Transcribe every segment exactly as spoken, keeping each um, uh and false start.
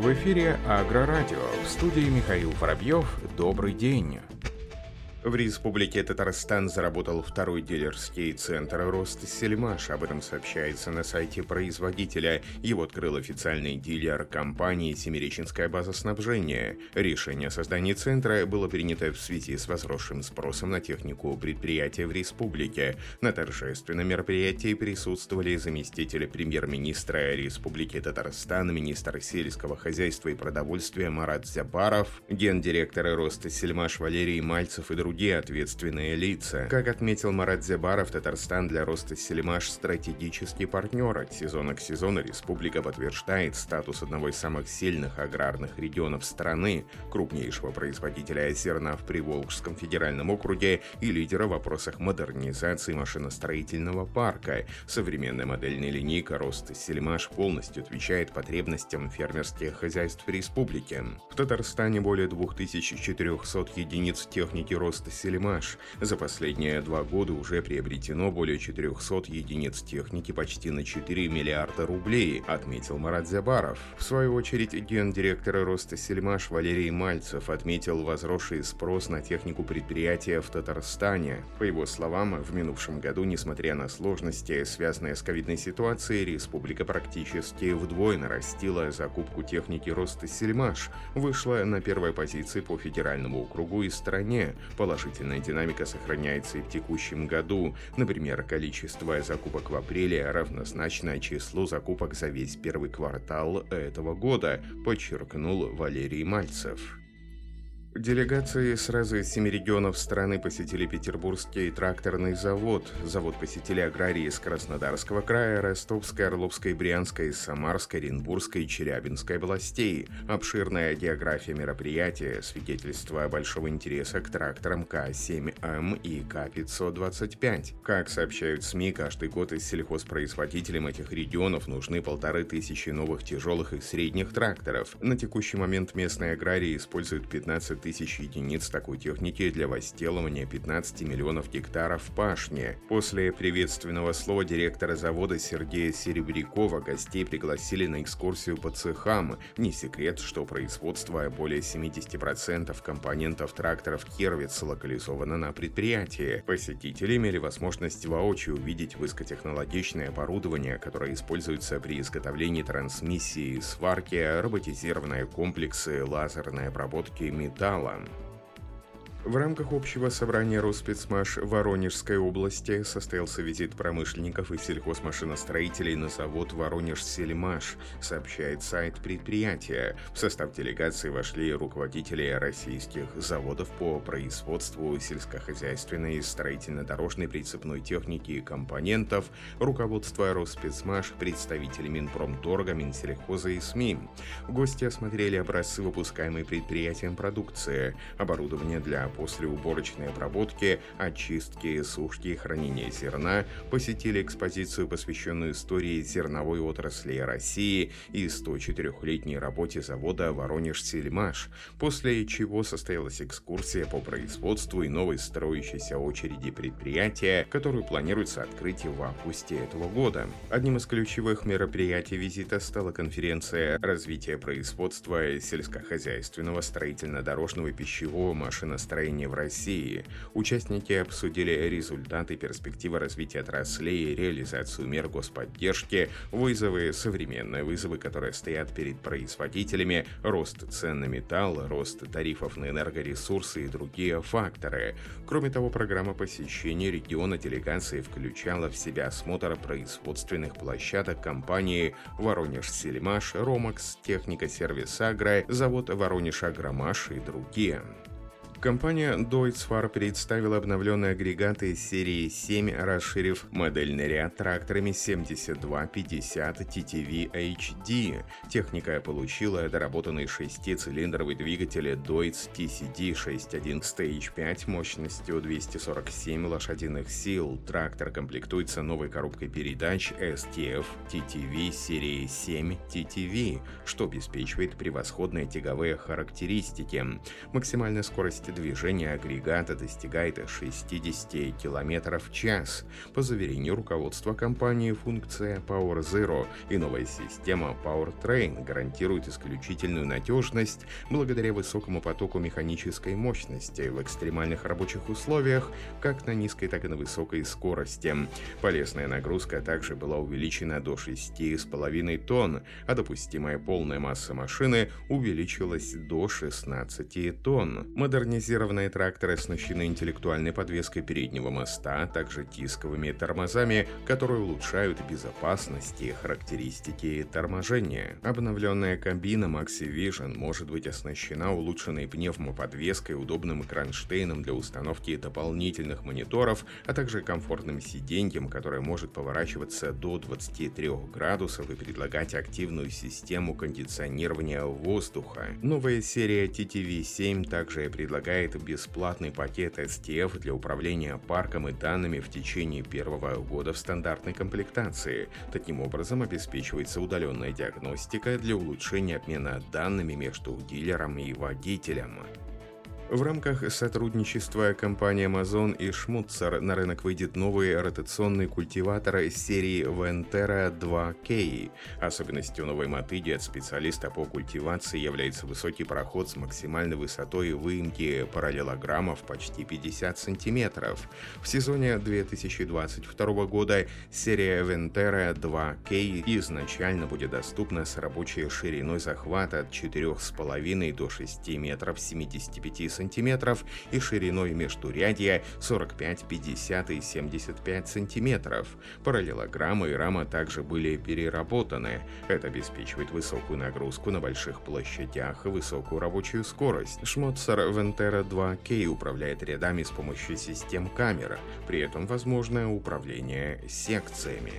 В эфире Агрорадио. В студии Михаил Воробьев. Добрый день. В Республике Татарстан заработал второй дилерский центр «Ростсельмаш». Об этом сообщается на сайте производителя. Его открыл официальный дилер компании «Семиреченская база снабжения». Решение о создании центра было принято в связи с возросшим спросом на технику предприятия в республике. На торжественном мероприятии присутствовали заместитель премьер-министра Республики Татарстан, министр сельского хозяйства и продовольствия Марат Зябаров, гендиректор «Ростсельмаш» Валерий Мальцев и другие другие ответственные лица. Как отметил Марат Зябаров, Татарстан для «Ростсельмаш» стратегический партнер. От сезона к сезону республика подтверждает статус одного из самых сильных аграрных регионов страны, крупнейшего производителя зерна в Приволжском федеральном округе и лидера в вопросах модернизации машиностроительного парка. Современная модельная линейка «Ростсельмаш» полностью отвечает потребностям фермерских хозяйств республики. В Татарстане более двух тысяч четырехсот единиц техники «Ростсельмаш». За последние два года уже приобретено более четырехсот единиц техники почти на четыре миллиарда рублей, отметил Марат Зябаров. В свою очередь, гендиректор «Ростсельмаш» Валерий Мальцев отметил возросший спрос на технику предприятия в Татарстане. По его словам, в минувшем году, несмотря на сложности, связанные с ковидной ситуацией, республика практически вдвое нарастила закупку техники «Ростсельмаш», вышла на первой позиции по федеральному округу и стране. Положительная динамика сохраняется и в текущем году. Например, количество закупок в апреле равнозначно числу закупок за весь первый квартал этого года, подчеркнул Валерий Мальцев. Делегации сразу из семи регионов страны посетили Петербургский тракторный завод. Завод посетили аграрии из Краснодарского края, Ростовской, Орловской, Брянской, Самарской, Оренбургской и Челябинской областей. Обширная география мероприятия, свидетельство большого интереса к тракторам К семь М и К пятьсот двадцать пять. Как сообщают СМИ, каждый год из сельхозпроизводителям этих регионов нужны полторы тысячи новых тяжелых и средних тракторов. На текущий момент местные аграрии используют пятнадцать тысяч единиц такой техники для возделывания пятнадцати миллионов гектаров пашни. После приветственного слова директора завода Сергея Серебрякова гостей пригласили на экскурсию по цехам. Не секрет, что производство более семидесяти процентов компонентов тракторов Кервец локализовано на предприятии. Посетители имели возможность воочию увидеть высокотехнологичное оборудование, которое используется при изготовлении трансмиссии, сварки, роботизированные комплексы, лазерной обработки металла. В рамках общего собрания «Роспецмаш» в Воронежской области состоялся визит промышленников и сельхозмашиностроителей на завод «Воронеж-Сельмаш», сообщает сайт предприятия. В состав делегации вошли руководители российских заводов по производству сельскохозяйственной, строительно-дорожной, прицепной техники и компонентов, руководство «Роспецмаш», представители Минпромторга, Минсельхоза и СМИ. Гости осмотрели образцы выпускаемой предприятием продукции, оборудование для послеуборочной обработки, очистки, сушки и хранения зерна, посетили экспозицию, посвященную истории зерновой отрасли России и сто четырёхлетней работе завода «Воронеж-Сельмаш», после чего состоялась экскурсия по производству и новой строящейся очереди предприятия, которую планируется открыть в августе этого года. Одним из ключевых мероприятий визита стала конференция «Развитие производства сельскохозяйственного, строительно-дорожного и пищевого машиностроения в России». Участники обсудили результаты, перспективы развития отраслей, реализацию мер господдержки, вызовы, современные вызовы, которые стоят перед производителями, рост цен на металл, рост тарифов на энергоресурсы и другие факторы. Кроме того, программа посещения региона делегации включала в себя осмотр производственных площадок компании «Воронеж-Сельмаш», «Ромакс», «Техника Сервис Агро», завод «Воронеж-Агромаш» и другие. Компания Deutz-Fahr представила обновленные агрегаты серии семь, расширив модельный ряд тракторами семьдесят два пятьдесят ти ти ви эйч ди. Техника получила доработанный шестицилиндровый двигатель Deutz ти си ди шестьдесят один Stage пять мощностью двести сорок семь лошадиных сил. Трактор комплектуется новой коробкой передач эс ти эф ти ти ви серии семь ти ти ви, что обеспечивает превосходные тяговые характеристики. Максимальная скорость скорость движения агрегата достигает шестьдесят километров в час. По заверению руководства компании, функция Power Zero и новая система Powertrain гарантируют исключительную надежность благодаря высокому потоку механической мощности в экстремальных рабочих условиях, как на низкой, так и на высокой скорости. Полезная нагрузка также была увеличена до шести с половиной тонн, а допустимая полная масса машины увеличилась до шестнадцати тонн. Модернизированные тракторы оснащены интеллектуальной подвеской переднего моста, а также дисковыми тормозами, которые улучшают безопасность и характеристики торможения. Обновленная кабина Maxi Vision может быть оснащена улучшенной пневмоподвеской, удобным кронштейном для установки дополнительных мониторов, а также комфортным сиденьем, которое может поворачиваться до двадцати трёх градусов и предлагать активную систему кондиционирования воздуха. Новая серия ти ти ви семь также предлагает бесплатный пакет эс ти эф для управления парком и данными в течение первого года в стандартной комплектации. Таким образом, обеспечивается удаленная диагностика для улучшения обмена данными между дилером и водителем. В рамках сотрудничества компании Amazon и Schmutzer на рынок выйдет новый ротационный культиватор серии Ventera два кей. Особенностью новой мотыги от специалиста по культивации является высокий проход с максимальной высотой выемки параллелограммов почти пятьдесят сантиметров. В сезоне две тысячи двадцать второго года серия Ventera два кей изначально будет доступна с рабочей шириной захвата от четырёх с половиной до шести метров семидесяти пяти сантиметров сантиметров и шириной междурядья сорок пять, пятьдесят и семьдесят пять сантиметров. Параллелограммы и рама также были переработаны. Это обеспечивает высокую нагрузку на больших площадях и высокую рабочую скорость. Schmutzer Ventera два кей управляет рядами с помощью систем камер. При этом возможно управление секциями.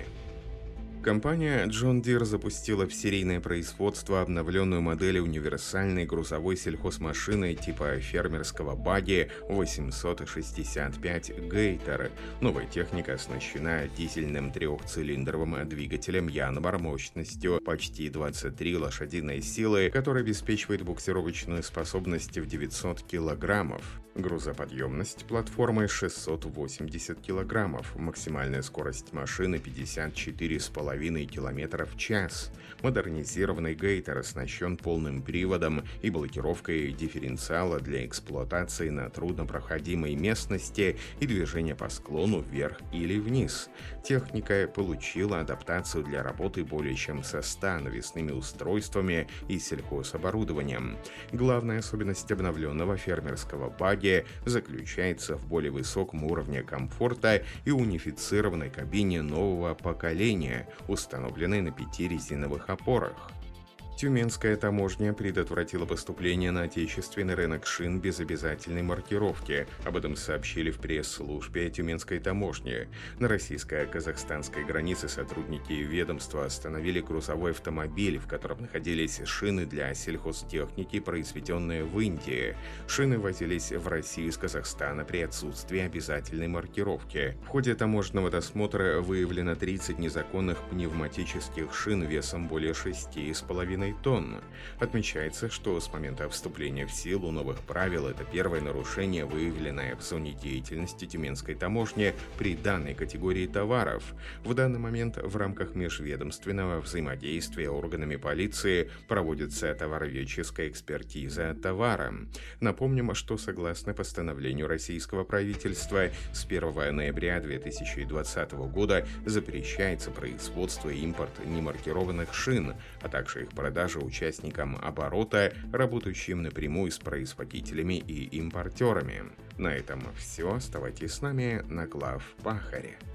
Компания John Deere запустила в серийное производство обновленную модель универсальной грузовой сельхозмашины типа фермерского багги восемьсот шестьдесят пять Gator. Новая техника оснащена дизельным трехцилиндровым двигателем Янмар мощностью почти двадцать три лошадиные силы, который обеспечивает буксировочную способность в девятьсот килограммов. Грузоподъемность платформы шестьсот восемьдесят килограммов, максимальная скорость машины пятьдесят четыре с половиной километров в час. Модернизированный Gator оснащен полным приводом и блокировкой дифференциала для эксплуатации на труднопроходимой местности и движения по склону вверх или вниз. Техника получила адаптацию для работы более чем со ста навесными устройствами и сельхозоборудованием. Главная особенность обновленного фермерского багги заключается в более высоком уровне комфорта и унифицированной кабине нового поколения, установленной на пяти резиновых опорах. Тюменская таможня предотвратила поступление на отечественный рынок шин без обязательной маркировки. Об этом сообщили в пресс-службе Тюменской таможни. На российско-казахстанской границе сотрудники ведомства остановили грузовой автомобиль, в котором находились шины для сельхозтехники, произведенные в Индии. Шины возились в Россию из Казахстана при отсутствии обязательной маркировки. В ходе таможенного досмотра выявлено тридцать незаконных пневматических шин весом более шести с половиной тонн. Отмечается, что с момента вступления в силу новых правил это первое нарушение, выявленное в зоне деятельности Тюменской таможни при данной категории товаров. В данный момент в рамках межведомственного взаимодействия органами полиции проводится товароведческая экспертиза товара. Напомним, что согласно постановлению российского правительства с первого ноября две тысячи двадцатого года запрещается производство и импорт немаркированных шин, а также их продажа участникам оборота, работающим напрямую с производителями и импортерами. На этом все. Оставайтесь с нами на Главпахаре.